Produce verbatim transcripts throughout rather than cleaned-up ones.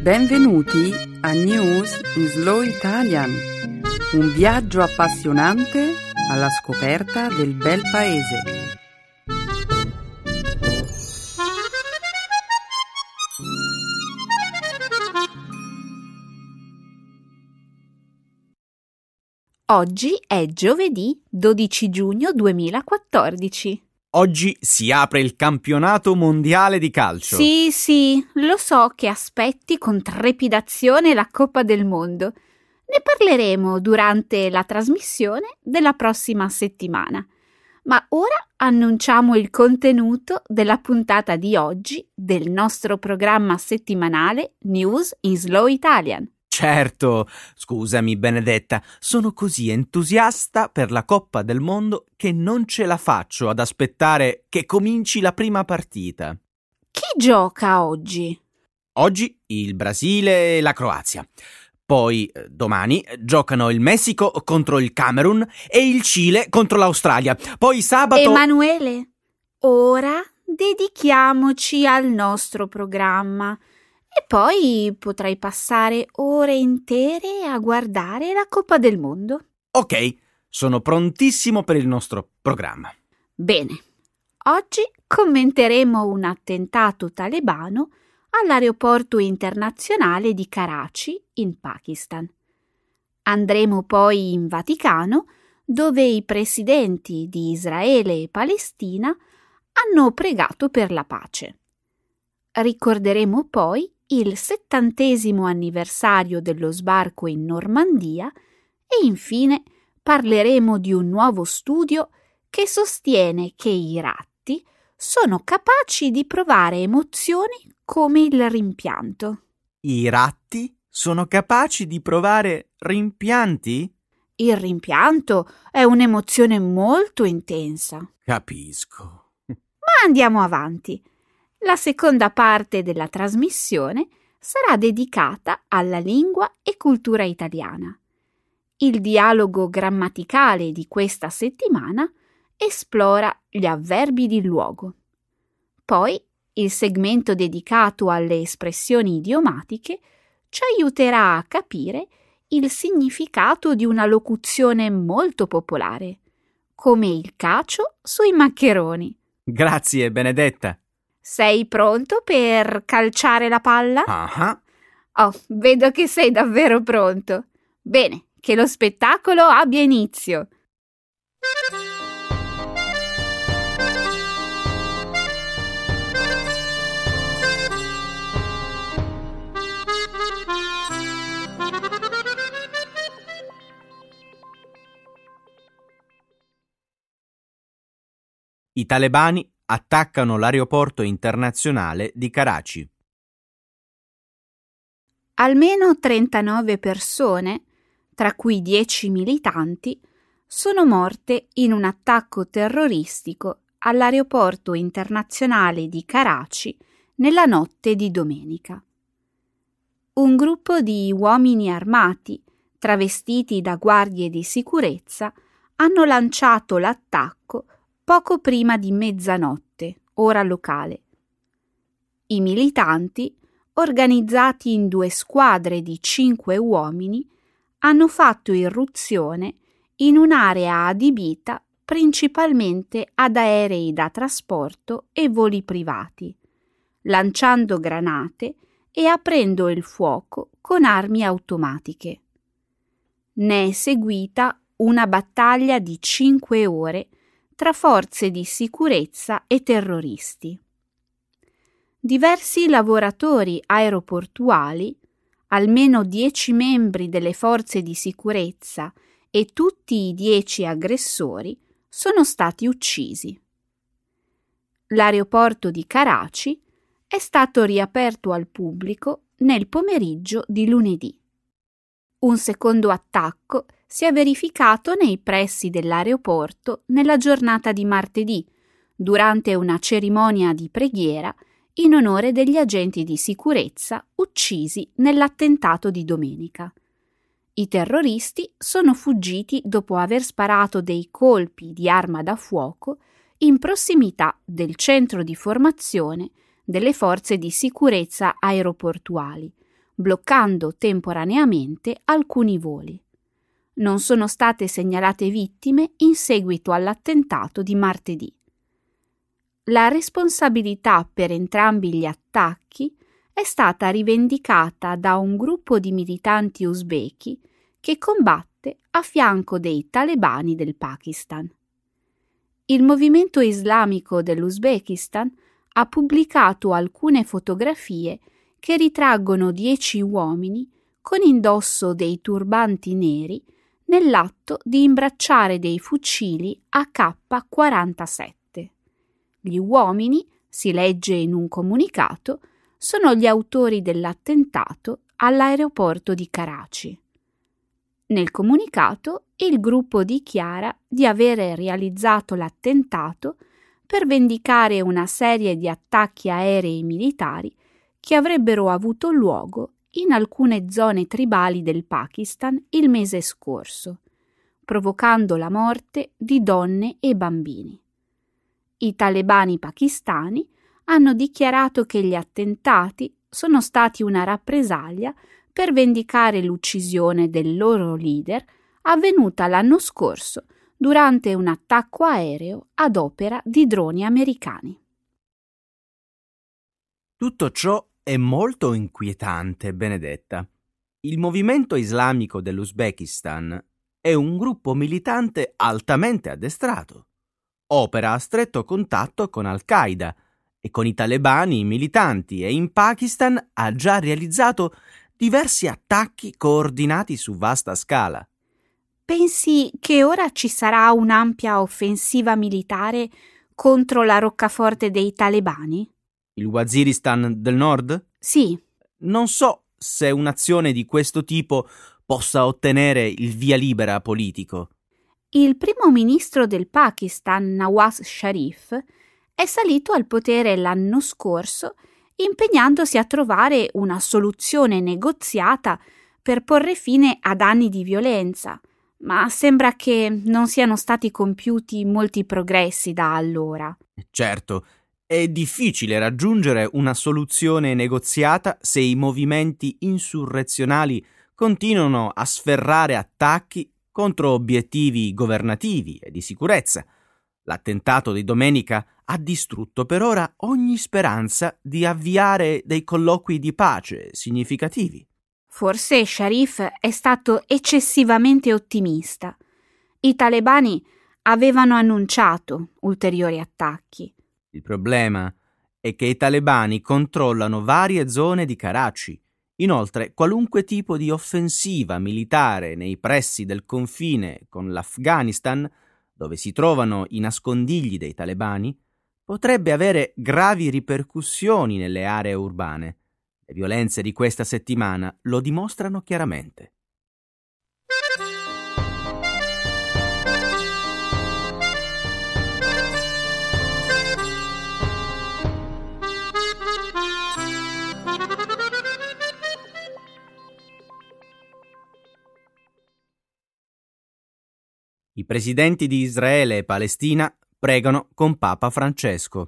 Benvenuti a News in Slow Italian, un viaggio appassionante alla scoperta del bel paese. Oggi è giovedì dodici giugno duemilaquattordici. Oggi si apre il campionato mondiale di calcio. Sì, sì, lo so che aspetti con trepidazione la Coppa del Mondo. Ne parleremo durante la trasmissione della prossima settimana. Ma ora annunciamo il contenuto della puntata di oggi del nostro programma settimanale News in Slow Italian. Certo, scusami Benedetta, sono così entusiasta per la Coppa del Mondo che non ce la faccio ad aspettare che cominci la prima partita. Chi gioca oggi? Oggi il Brasile e la Croazia. Poi domani giocano il Messico contro il Camerun e il Cile contro l'Australia. Poi sabato... Emanuele, ora dedichiamoci al nostro programma. E poi potrai passare ore intere a guardare la Coppa del Mondo. Ok, sono prontissimo per il nostro programma. Bene, oggi commenteremo un attentato talebano all'aeroporto internazionale di Karachi, in Pakistan. Andremo poi in Vaticano, dove i presidenti di Israele e Palestina hanno pregato per la pace. Ricorderemo poi il settantesimo anniversario dello sbarco in Normandia e infine parleremo di un nuovo studio che sostiene che i ratti sono capaci di provare emozioni come il rimpianto. I ratti sono capaci di provare rimpianti? Il rimpianto è un'emozione molto intensa. Capisco. Ma andiamo avanti. La seconda parte della trasmissione sarà dedicata alla lingua e cultura italiana. Il dialogo grammaticale di questa settimana esplora gli avverbi di luogo. Poi il segmento dedicato alle espressioni idiomatiche ci aiuterà a capire il significato di una locuzione molto popolare, come il cacio sui maccheroni. Grazie, Benedetta. Sei pronto per calciare la palla? Ah. Oh, vedo che sei davvero pronto. Bene, che lo spettacolo abbia inizio. I talebani attaccano l'aeroporto internazionale di Karachi. Almeno trentanove persone, tra cui dieci militanti, sono morte in un attacco terroristico all'aeroporto internazionale di Karachi nella notte di domenica. Un gruppo di uomini armati, travestiti da guardie di sicurezza, hanno lanciato l'attacco poco prima di mezzanotte, ora locale. I militanti, organizzati in due squadre di cinque uomini, hanno fatto irruzione in un'area adibita principalmente ad aerei da trasporto e voli privati, lanciando granate e aprendo il fuoco con armi automatiche. Ne è seguita una battaglia di cinque ore tra forze di sicurezza e terroristi. Diversi lavoratori aeroportuali, almeno dieci membri delle forze di sicurezza e tutti i dieci aggressori sono stati uccisi. L'aeroporto di Karachi è stato riaperto al pubblico nel pomeriggio di lunedì. Un secondo attacco si è verificato nei pressi dell'aeroporto nella giornata di martedì, durante una cerimonia di preghiera in onore degli agenti di sicurezza uccisi nell'attentato di domenica. I terroristi sono fuggiti dopo aver sparato dei colpi di arma da fuoco in prossimità del centro di formazione delle forze di sicurezza aeroportuali, bloccando temporaneamente alcuni voli. Non sono state segnalate vittime in seguito all'attentato di martedì. La responsabilità per entrambi gli attacchi è stata rivendicata da un gruppo di militanti uzbeki che combatte a fianco dei talebani del Pakistan. Il movimento islamico dell'Uzbekistan ha pubblicato alcune fotografie che ritraggono dieci uomini con indosso dei turbanti neri nell'atto di imbracciare dei fucili A K quarantasette. Gli uomini, si legge in un comunicato, sono gli autori dell'attentato all'aeroporto di Karachi. Nel comunicato, il gruppo dichiara di avere realizzato l'attentato per vendicare una serie di attacchi aerei militari che avrebbero avuto luogo in alcune zone tribali del Pakistan il mese scorso, provocando la morte di donne e bambini. I talebani pakistani hanno dichiarato che gli attentati sono stati una rappresaglia per vendicare l'uccisione del loro leader avvenuta l'anno scorso durante un attacco aereo ad opera di droni americani. Tutto ciò è molto inquietante, Benedetta. Il movimento islamico dell'Uzbekistan è un gruppo militante altamente addestrato. Opera a stretto contatto con Al-Qaeda e con i talebani militanti e in Pakistan ha già realizzato diversi attacchi coordinati su vasta scala. Pensi che ora ci sarà un'ampia offensiva militare contro la roccaforte dei talebani? Il Waziristan del Nord? Sì. Non so se un'azione di questo tipo possa ottenere il via libera politico. Il primo ministro del Pakistan, Nawaz Sharif, è salito al potere l'anno scorso impegnandosi a trovare una soluzione negoziata per porre fine ad anni di violenza, ma sembra che non siano stati compiuti molti progressi da allora. Certo, è difficile raggiungere una soluzione negoziata se i movimenti insurrezionali continuano a sferrare attacchi contro obiettivi governativi e di sicurezza. L'attentato di domenica ha distrutto per ora ogni speranza di avviare dei colloqui di pace significativi. Forse Sharif è stato eccessivamente ottimista. I talebani avevano annunciato ulteriori attacchi. Il problema è che i talebani controllano varie zone di Karachi. Inoltre, qualunque tipo di offensiva militare nei pressi del confine con l'Afghanistan, dove si trovano i nascondigli dei talebani, potrebbe avere gravi ripercussioni nelle aree urbane. Le violenze di questa settimana lo dimostrano chiaramente. I presidenti di Israele e Palestina pregano con Papa Francesco.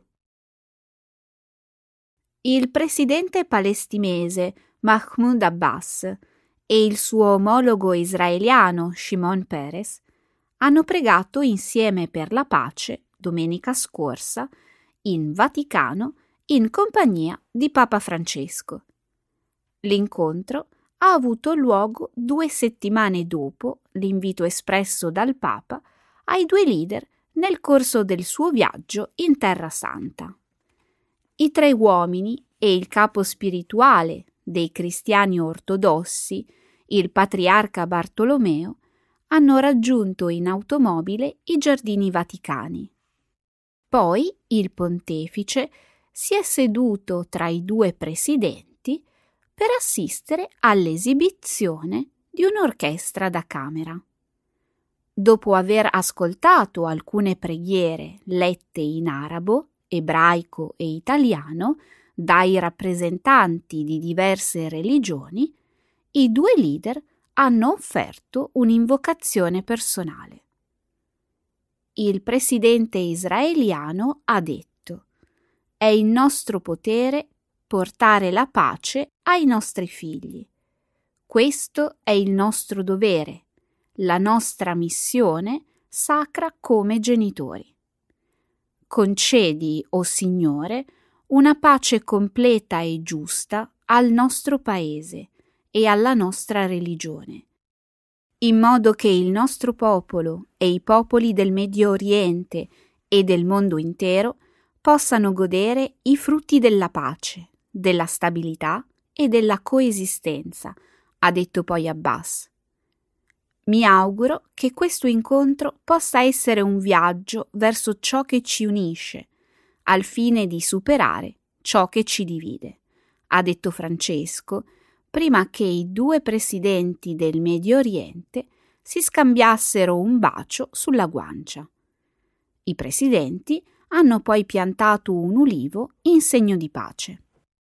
Il presidente palestinese Mahmoud Abbas e il suo omologo israeliano Shimon Peres hanno pregato insieme per la pace domenica scorsa in Vaticano in compagnia di Papa Francesco. L'incontro ha avuto luogo due settimane dopo l'invito espresso dal Papa ai due leader nel corso del suo viaggio in Terra Santa. I tre uomini e il capo spirituale dei cristiani ortodossi, il patriarca Bartolomeo, hanno raggiunto in automobile i Giardini Vaticani. Poi il pontefice si è seduto tra i due presidenti per assistere all'esibizione di un'orchestra da camera. Dopo aver ascoltato alcune preghiere lette in arabo, ebraico e italiano dai rappresentanti di diverse religioni, i due leader hanno offerto un'invocazione personale. Il presidente israeliano ha detto: «È in nostro potere portare la pace ai nostri figli. Questo è il nostro dovere, la nostra missione sacra come genitori. Concedi, o Signore, una pace completa e giusta al nostro paese e alla nostra religione, in modo che il nostro popolo e i popoli del Medio Oriente e del mondo intero possano godere i frutti della pace, della stabilità e della coesistenza, ha detto poi Abbas. Mi auguro che questo incontro possa essere un viaggio verso ciò che ci unisce, al fine di superare ciò che ci divide, ha detto Francesco, prima che i due presidenti del Medio Oriente si scambiassero un bacio sulla guancia. I presidenti hanno poi piantato un ulivo in segno di pace.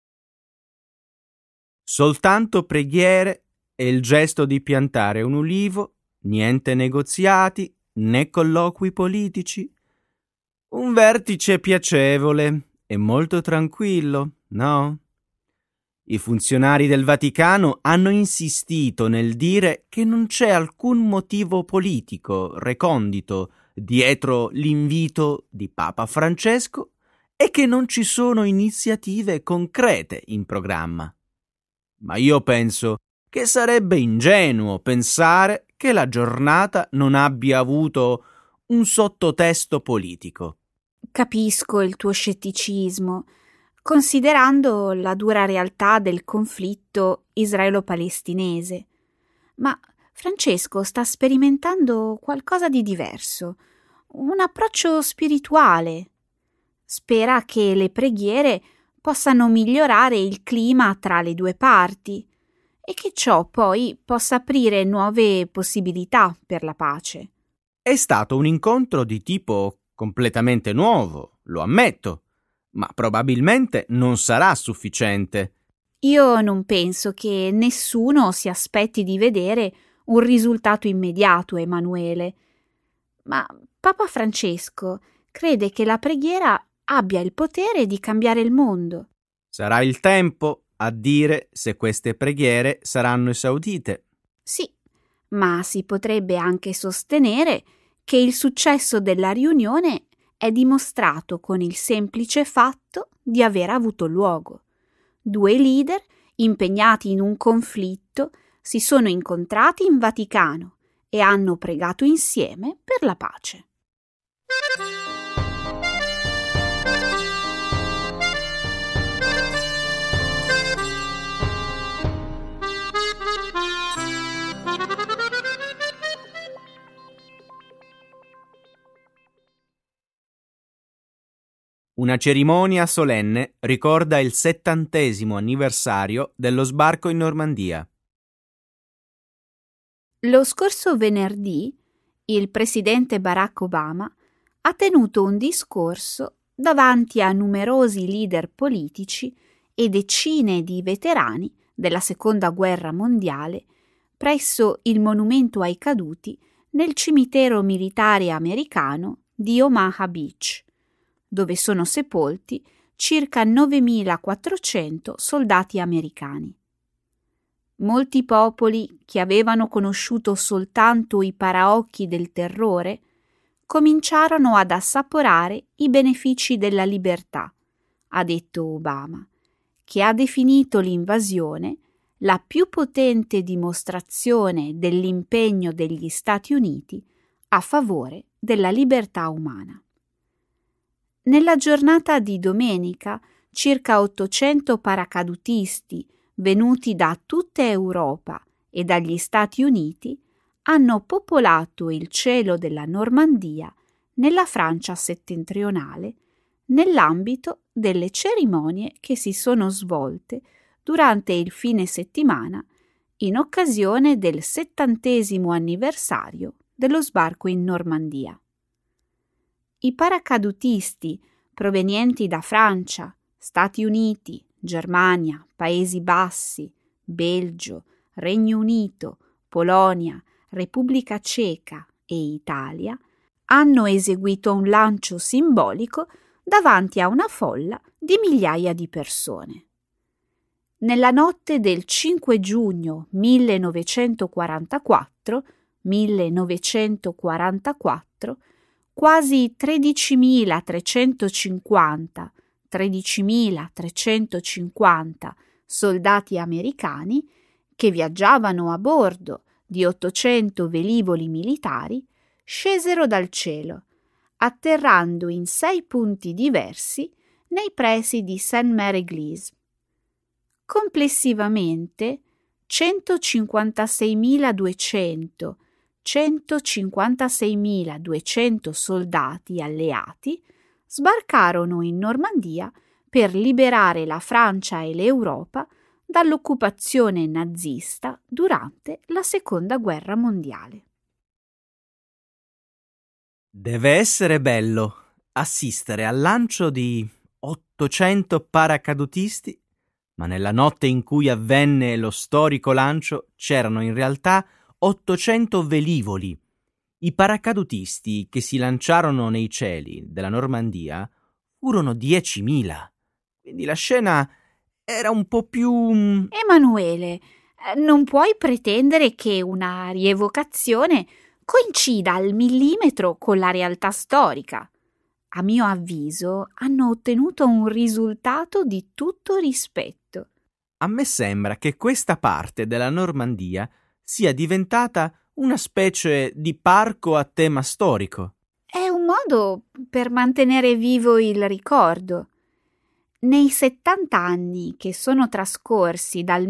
Soltanto preghiere e il gesto di piantare un ulivo, niente negoziati né colloqui politici. Un vertice piacevole e molto tranquillo, no? I funzionari del Vaticano hanno insistito nel dire che non c'è alcun motivo politico recondito dietro l'invito di Papa Francesco e che non ci sono iniziative concrete in programma. Ma io penso che sarebbe ingenuo pensare che la giornata non abbia avuto un sottotesto politico. Capisco il tuo scetticismo, considerando la dura realtà del conflitto israelo-palestinese. Ma Francesco sta sperimentando qualcosa di diverso, un approccio spirituale. Spera che le preghiere possano migliorare il clima tra le due parti e che ciò poi possa aprire nuove possibilità per la pace. È stato un incontro di tipo completamente nuovo, lo ammetto, ma probabilmente non sarà sufficiente. Io non penso che nessuno si aspetti di vedere un risultato immediato, Emanuele. Ma Papa Francesco crede che la preghiera abbia il potere di cambiare il mondo. Sarà il tempo a dire se queste preghiere saranno esaudite. Sì, ma si potrebbe anche sostenere che il successo della riunione è dimostrato con il semplice fatto di aver avuto luogo. Due leader impegnati in un conflitto si sono incontrati in Vaticano e hanno pregato insieme per la pace. Una cerimonia solenne ricorda il settantesimo anniversario dello sbarco in Normandia. Lo scorso venerdì il presidente Barack Obama ha tenuto un discorso davanti a numerosi leader politici e decine di veterani della Seconda Guerra Mondiale presso il monumento ai caduti nel cimitero militare americano di Omaha Beach, dove sono sepolti circa novemilaquattrocento soldati americani. Molti popoli che avevano conosciuto soltanto i paraocchi del terrore cominciarono ad assaporare i benefici della libertà, ha detto Obama, che ha definito l'invasione la più potente dimostrazione dell'impegno degli Stati Uniti a favore della libertà umana. Nella giornata di domenica, circa ottocento paracadutisti venuti da tutta Europa e dagli Stati Uniti hanno popolato il cielo della Normandia nella Francia settentrionale nell'ambito delle cerimonie che si sono svolte durante il fine settimana in occasione del settantesimo anniversario dello sbarco in Normandia. I paracadutisti provenienti da Francia, Stati Uniti, Germania, Paesi Bassi, Belgio, Regno Unito, Polonia, Repubblica Ceca e Italia hanno eseguito un lancio simbolico davanti a una folla di migliaia di persone. nella notte del cinque giugno millenovecentoquarantaquattro, millenovecentoquarantaquattro, quasi tredicimilatrecentocinquanta, tredicimilatrecentocinquanta soldati americani che viaggiavano a bordo di ottocento velivoli militari scesero dal cielo, atterrando in sei punti diversi nei pressi di Saint Mary-Église. Complessivamente centocinquantaseimiladuecento centocinquantaseimiladuecento soldati alleati sbarcarono in Normandia per liberare la Francia e l'Europa dall'occupazione nazista durante la Seconda Guerra Mondiale. Deve essere bello assistere al lancio di ottocento paracadutisti, ma nella notte in cui avvenne lo storico lancio c'erano in realtà ottocento velivoli. I paracadutisti che si lanciarono nei cieli della Normandia furono diecimila, quindi la scena era un po' più... Emanuele, non puoi pretendere che una rievocazione coincida al millimetro con la realtà storica. A mio avviso hanno ottenuto un risultato di tutto rispetto. A me sembra che questa parte della Normandia sia diventata una specie di parco a tema storico. È un modo per mantenere vivo il ricordo. Nei settanta anni che sono trascorsi dal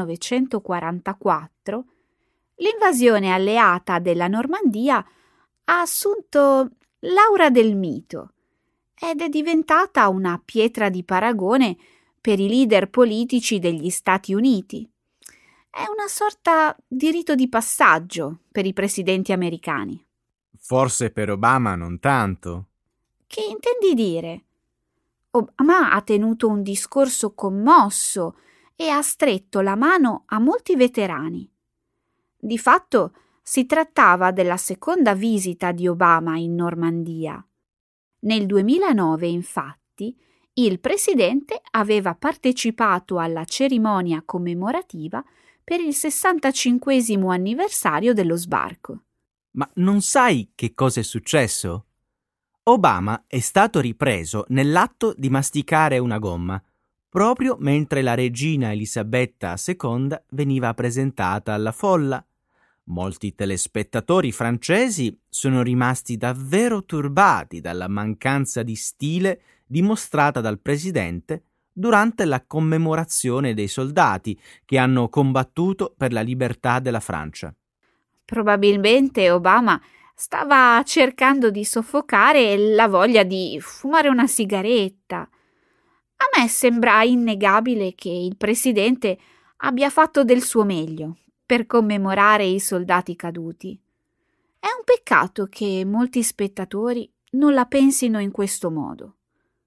millenovecentoquarantaquattro, l'invasione alleata della Normandia ha assunto l'aura del mito ed è diventata una pietra di paragone per i leader politici degli Stati Uniti. È una sorta di rito di passaggio per i presidenti americani. Forse per Obama non tanto. Che intendi dire? Obama ha tenuto un discorso commosso e ha stretto la mano a molti veterani. Di fatto si trattava della seconda visita di Obama in Normandia. Nel duemilanove, infatti, il presidente aveva partecipato alla cerimonia commemorativa per il sessantacinquesimo anniversario dello sbarco. Ma non sai che cosa è successo? Obama è stato ripreso nell'atto di masticare una gomma, proprio mentre la regina Elisabetta seconda veniva presentata alla folla. Molti telespettatori francesi sono rimasti davvero turbati dalla mancanza di stile dimostrata dal presidente durante la commemorazione dei soldati che hanno combattuto per la libertà della Francia. Probabilmente Obama stava cercando di soffocare la voglia di fumare una sigaretta. A me sembra innegabile che il presidente abbia fatto del suo meglio per commemorare i soldati caduti. È un peccato che molti spettatori non la pensino in questo modo.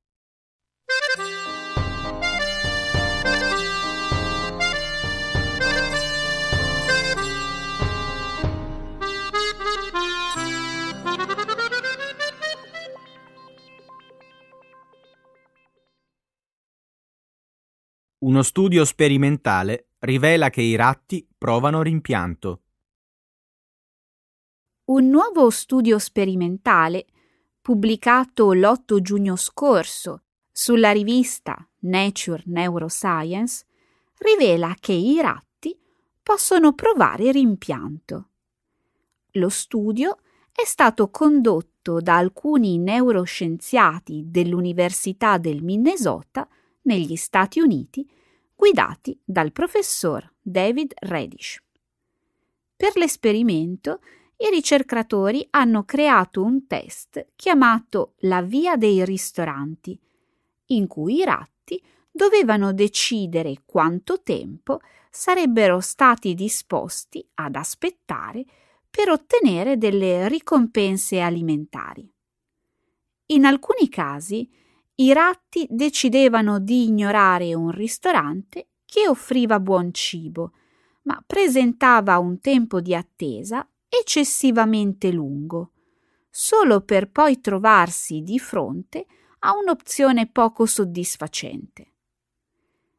Uno studio sperimentale rivela che i ratti provano rimpianto. Un nuovo studio sperimentale, pubblicato l'otto giugno scorso sulla rivista Nature Neuroscience, rivela che i ratti possono provare rimpianto. Lo studio è stato condotto da alcuni neuroscienziati dell'Università del Minnesota negli Stati Uniti, guidati dal professor David Redish. Per l'esperimento, i ricercatori hanno creato un test chiamato la via dei ristoranti, in cui i ratti dovevano decidere quanto tempo sarebbero stati disposti ad aspettare per ottenere delle ricompense alimentari. In alcuni casi, i ratti decidevano di ignorare un ristorante che offriva buon cibo, ma presentava un tempo di attesa eccessivamente lungo, solo per poi trovarsi di fronte a un'opzione poco soddisfacente.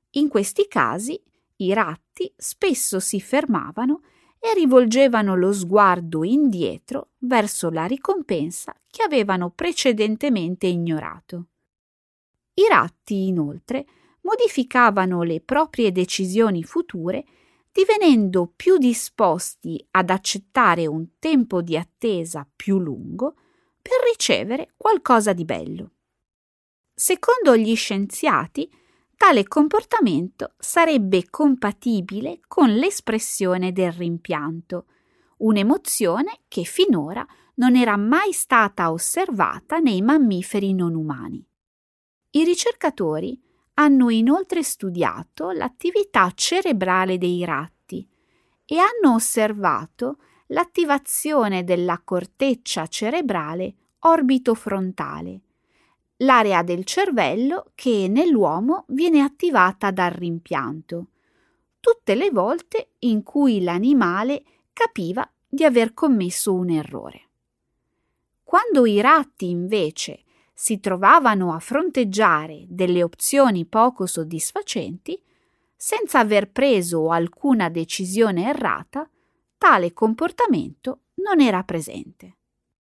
In questi casi i ratti spesso si fermavano e rivolgevano lo sguardo indietro verso la ricompensa che avevano precedentemente ignorato. I ratti, inoltre, modificavano le proprie decisioni future, divenendo più disposti ad accettare un tempo di attesa più lungo per ricevere qualcosa di bello. Secondo gli scienziati, tale comportamento sarebbe compatibile con l'espressione del rimpianto, un'emozione che finora non era mai stata osservata nei mammiferi non umani. I ricercatori hanno inoltre studiato l'attività cerebrale dei ratti e hanno osservato l'attivazione della corteccia cerebrale orbitofrontale, l'area del cervello che nell'uomo viene attivata dal rimpianto, tutte le volte in cui l'animale capiva di aver commesso un errore. Quando i ratti invece si trovavano a fronteggiare delle opzioni poco soddisfacenti, senza aver preso alcuna decisione errata, tale comportamento non era presente.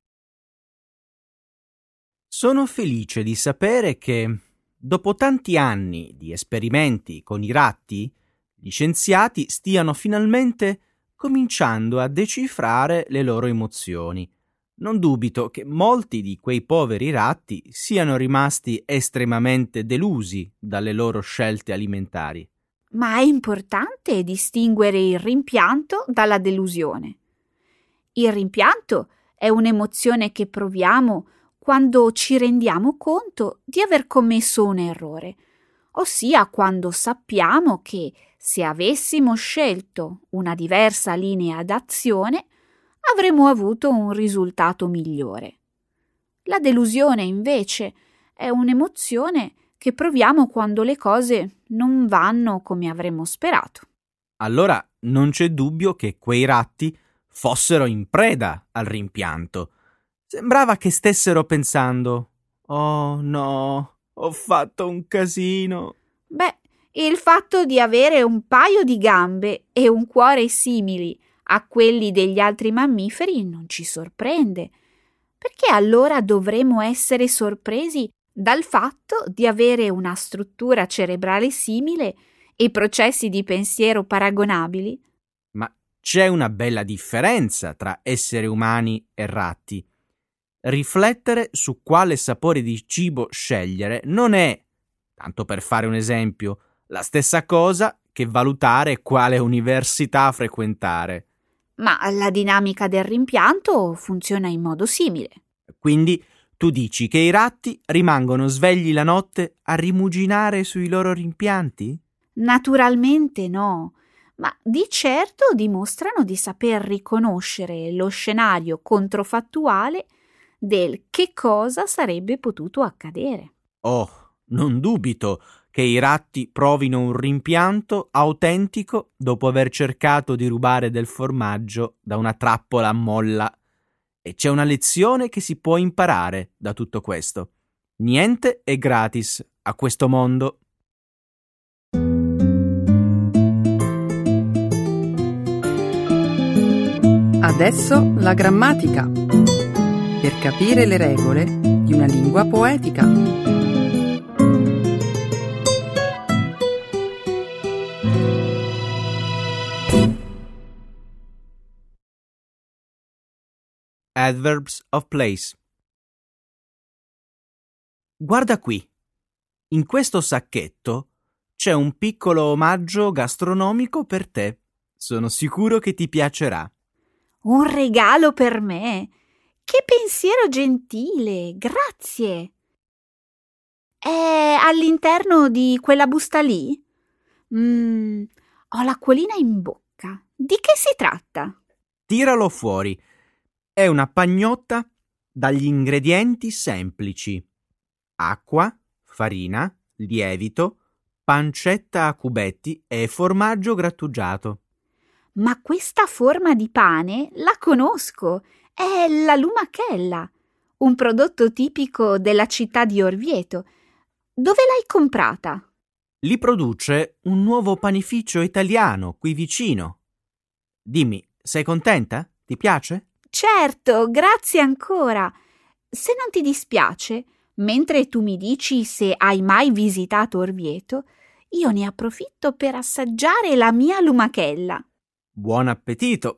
Sono felice di sapere che, dopo tanti anni di esperimenti con i ratti, gli scienziati stiano finalmente cominciando a decifrare le loro emozioni. Non dubito che molti di quei poveri ratti siano rimasti estremamente delusi dalle loro scelte alimentari. Ma è importante distinguere il rimpianto dalla delusione. Il rimpianto è un'emozione che proviamo quando ci rendiamo conto di aver commesso un errore, ossia quando sappiamo che se avessimo scelto una diversa linea d'azione avremmo avuto un risultato migliore. La delusione, invece, è un'emozione che proviamo quando le cose non vanno come avremmo sperato. Allora non c'è dubbio che quei ratti fossero in preda al rimpianto. Sembrava che stessero pensando: «Oh no, ho fatto un casino». Beh, il fatto di avere un paio di gambe e un cuore simili a quelli degli altri mammiferi non ci sorprende. Perché allora dovremmo essere sorpresi dal fatto di avere una struttura cerebrale simile e processi di pensiero paragonabili? Ma c'è una bella differenza tra esseri umani e ratti. Riflettere su quale sapore di cibo scegliere non è, tanto per fare un esempio, la stessa cosa che valutare quale università frequentare. Ma la dinamica del rimpianto funziona in modo simile. Quindi tu dici che i ratti rimangono svegli la notte a rimuginare sui loro rimpianti? Naturalmente no, ma di certo dimostrano di saper riconoscere lo scenario controfattuale del che cosa sarebbe potuto accadere. Oh, non dubito che i ratti provino un rimpianto autentico dopo aver cercato di rubare del formaggio da una trappola a molla. E c'è una lezione che si può imparare da tutto questo. Niente è gratis a questo mondo. Adesso la grammatica, per capire le regole di una lingua poetica. Adverbs of place. Guarda qui. In questo sacchetto c'è un piccolo omaggio gastronomico per te. Sono sicuro che ti piacerà. Un regalo per me? Che pensiero gentile, grazie. È all'interno di quella busta lì? Mm, ho l'acquolina in bocca. Di che si tratta? Tiralo fuori. È una pagnotta dagli ingredienti semplici: acqua, farina, lievito, pancetta a cubetti e formaggio grattugiato. Ma questa forma di pane la conosco, è la lumachella, un prodotto tipico della città di Orvieto. Dove l'hai comprata? Li produce un nuovo panificio italiano qui vicino. Dimmi, sei contenta? Ti piace? Certo, grazie ancora. Se non ti dispiace, mentre tu mi dici se hai mai visitato Orvieto, io ne approfitto per assaggiare la mia lumachella. Buon appetito!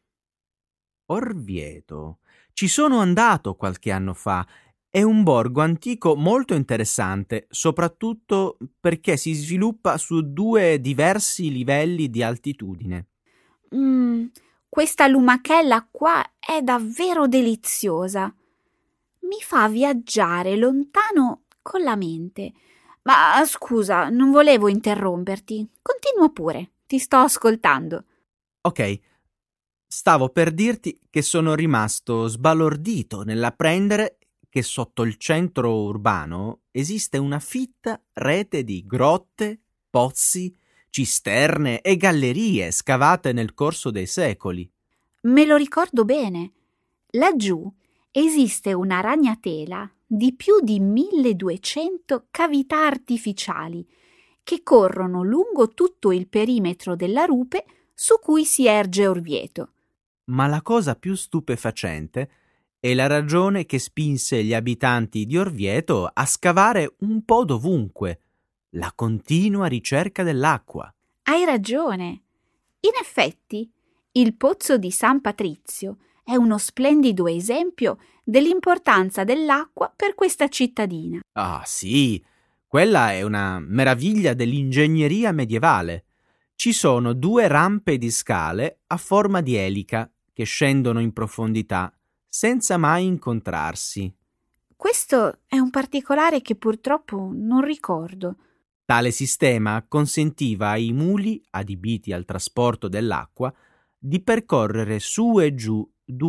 Orvieto. Ci sono andato qualche anno fa. È un borgo antico molto interessante, soprattutto perché si sviluppa su due diversi livelli di altitudine. Mm, questa lumachella qua è davvero deliziosa. Mi fa viaggiare lontano con la mente. Ma scusa, non volevo interromperti. Continua pure, ti sto ascoltando. Ok, stavo per dirti che sono rimasto sbalordito nell'apprendere che sotto il centro urbano esiste una fitta rete di grotte, pozzi, cisterne e gallerie scavate nel corso dei secoli. Me lo ricordo bene. Laggiù esiste una ragnatela di più di milleduecento cavità artificiali che corrono lungo tutto il perimetro della rupe su cui si erge Orvieto. Ma la cosa più stupefacente è la ragione che spinse gli abitanti di Orvieto a scavare un po' dovunque: la continua ricerca dell'acqua. Hai ragione. In effetti, il pozzo di San Patrizio è uno splendido esempio dell'importanza dell'acqua per questa cittadina. Ah, sì, quella è una meraviglia dell'ingegneria medievale. Ci sono due rampe di scale a forma di elica che scendono in profondità senza mai incontrarsi. Questo è un particolare che purtroppo non ricordo. Tale sistema consentiva ai muli adibiti al trasporto dell'acqua di percorrere su e giù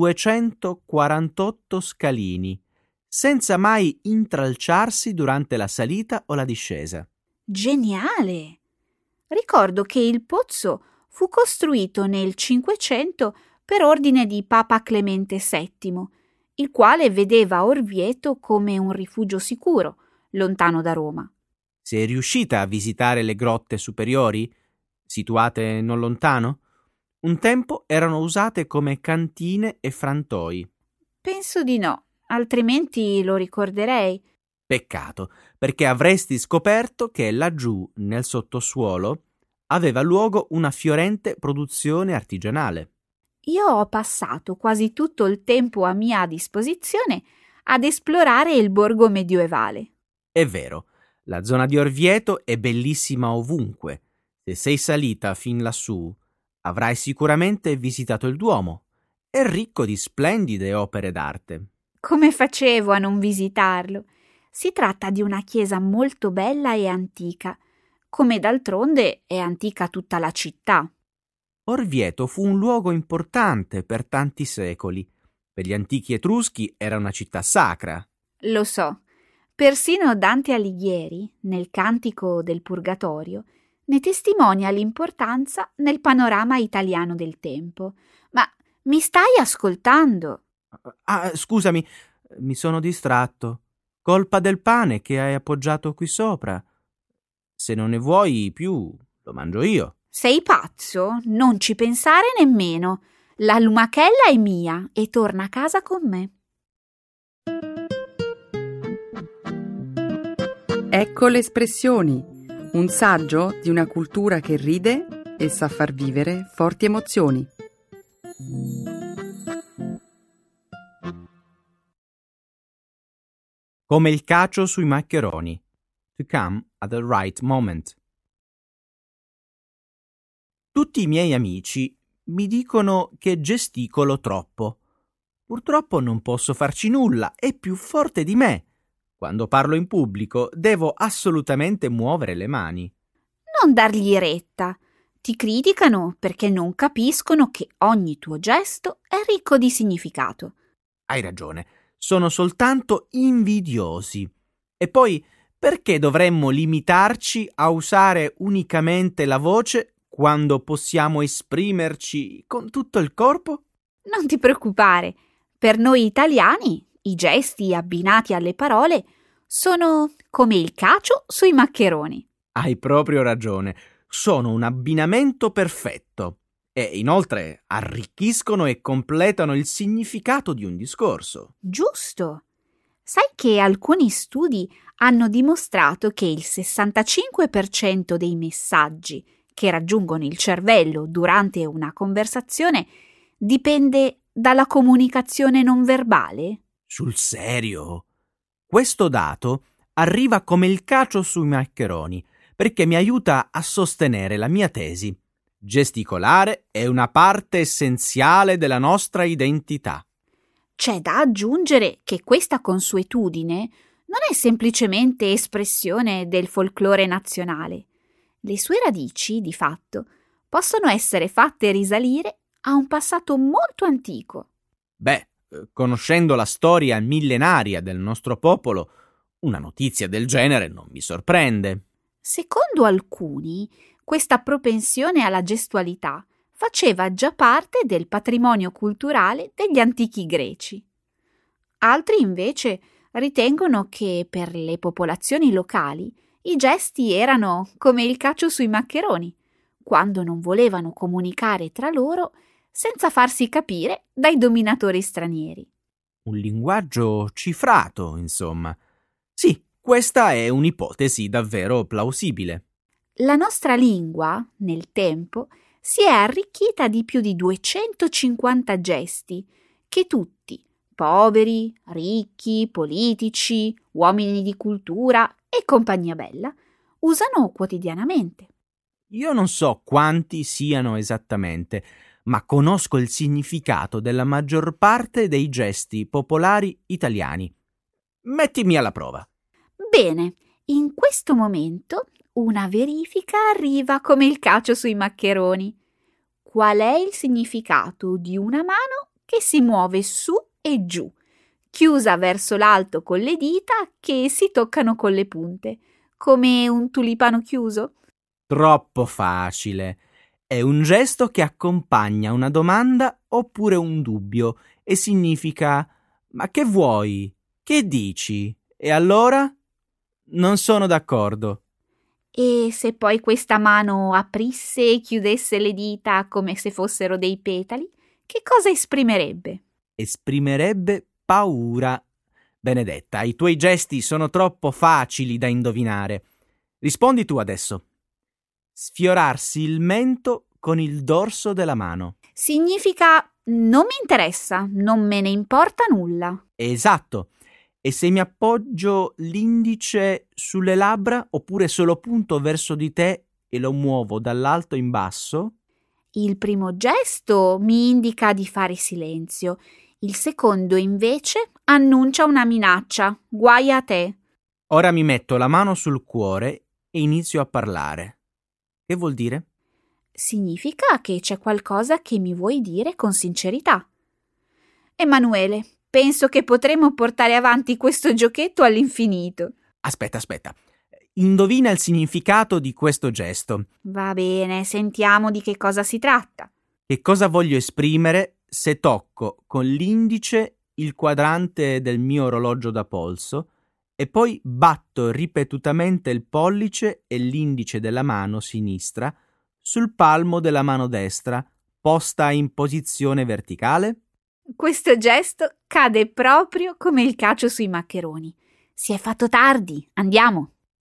duecentoquarantotto scalini, senza mai intralciarsi durante la salita o la discesa. Geniale! Ricordo che il pozzo fu costruito nel Cinquecento per ordine di Papa Clemente settimo, il quale vedeva Orvieto come un rifugio sicuro, lontano da Roma. Sei riuscita a visitare le grotte superiori, situate non lontano? Un tempo erano usate come cantine e frantoi. Penso di no, altrimenti lo ricorderei. Peccato, perché avresti scoperto che laggiù, nel sottosuolo, aveva luogo una fiorente produzione artigianale. Io ho passato quasi tutto il tempo a mia disposizione ad esplorare il borgo medioevale. È vero, la zona di Orvieto è bellissima ovunque. Se sei salita fin lassù, avrai sicuramente visitato il Duomo. È ricco di splendide opere d'arte. Come facevo a non visitarlo? Si tratta di una chiesa molto bella e antica, come d'altronde è antica tutta la città. Orvieto fu un luogo importante per tanti secoli. Per gli antichi Etruschi era una città sacra. Lo so. Persino Dante Alighieri, nel Cantico del Purgatorio, ne testimonia l'importanza nel panorama italiano del tempo. Ma mi stai ascoltando? Ah, scusami, mi sono distratto. Colpa del pane che hai appoggiato qui sopra. Se non ne vuoi più, lo mangio io. Sei pazzo? Non ci pensare nemmeno. La lumachella è mia e torna a casa con me. Ecco le espressioni, un saggio di una cultura che ride e sa far vivere forti emozioni. Come il cacio sui maccheroni. To come at the right moment. Tutti i miei amici mi dicono che gesticolo troppo. Purtroppo non posso farci nulla, è più forte di me. Quando parlo in pubblico devo assolutamente muovere le mani. Non dargli retta. Ti criticano perché non capiscono che ogni tuo gesto è ricco di significato. Hai ragione, sono soltanto invidiosi. E poi, perché dovremmo limitarci a usare unicamente la voce quando possiamo esprimerci con tutto il corpo? Non ti preoccupare. Per noi italiani, i gesti abbinati alle parole sono come il cacio sui maccheroni. Hai proprio ragione. Sono un abbinamento perfetto e inoltre arricchiscono e completano il significato di un discorso. Giusto. Sai che alcuni studi hanno dimostrato che il sessantacinque per cento dei messaggi che raggiungono il cervello durante una conversazione dipende dalla comunicazione non verbale? Sul serio? Questo dato arriva come il cacio sui maccheroni, perché mi aiuta a sostenere la mia tesi. Gesticolare è una parte essenziale della nostra identità. C'è da aggiungere che questa consuetudine non è semplicemente espressione del folklore nazionale. Le sue radici, di fatto, possono essere fatte risalire a un passato molto antico. Beh, conoscendo la storia millenaria del nostro popolo, una notizia del genere non mi sorprende. Secondo alcuni, questa propensione alla gestualità faceva già parte del patrimonio culturale degli antichi greci. Altri invece ritengono che per le popolazioni locali i gesti erano come il cacio sui maccheroni, quando non volevano comunicare tra loro senza farsi capire dai dominatori stranieri. Un linguaggio cifrato, insomma. Sì, questa è un'ipotesi davvero plausibile. La nostra lingua, nel tempo, si è arricchita di più di duecentocinquanta gesti che tutti, poveri, ricchi, politici, uomini di cultura e compagnia bella, usano quotidianamente. Io non so quanti siano esattamente, ma conosco il significato della maggior parte dei gesti popolari italiani. Mettimi alla prova. Bene, in questo momento una verifica arriva come il cacio sui maccheroni. Qual è il significato di una mano che si muove su e giù, chiusa verso l'alto con le dita che si toccano con le punte, come un tulipano chiuso? Troppo facile. È un gesto che accompagna una domanda oppure un dubbio e significa «Ma che vuoi? Che dici?» E allora? Non sono d'accordo. E se poi questa mano aprisse e chiudesse le dita come se fossero dei petali, che cosa esprimerebbe? Esprimerebbe paura. Benedetta, i tuoi gesti sono troppo facili da indovinare. Rispondi tu adesso. Sfiorarsi il mento con il dorso della mano. Significa non mi interessa, non me ne importa nulla. Esatto. E se mi appoggio l'indice sulle labbra oppure solo punto verso di te e lo muovo dall'alto in basso? Il primo gesto mi indica di fare silenzio. Il secondo, invece, annuncia una minaccia. Guai a te. Ora mi metto la mano sul cuore e inizio a parlare. Che vuol dire? Significa che c'è qualcosa che mi vuoi dire con sincerità. Emanuele, penso che potremo portare avanti questo giochetto all'infinito. Aspetta, aspetta. Indovina il significato di questo gesto. Va bene, sentiamo di che cosa si tratta. Che cosa voglio esprimere se tocco con l'indice il quadrante del mio orologio da polso e poi batto ripetutamente il pollice e l'indice della mano sinistra sul palmo della mano destra, posta in posizione verticale? Questo gesto cade proprio come il cacio sui maccheroni. Si è fatto tardi, andiamo.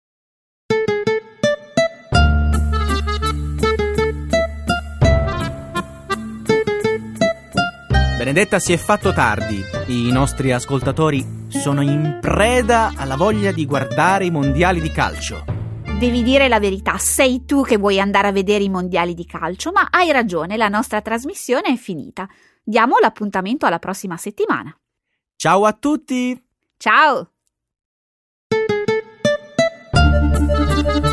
Benedetta, si è fatto tardi. I nostri ascoltatori sono in preda alla voglia di guardare i mondiali di calcio. Devi dire la verità, sei tu che vuoi andare a vedere i mondiali di calcio, ma hai ragione, la nostra trasmissione è finita. Diamo l'appuntamento alla prossima settimana. Ciao a tutti! Ciao!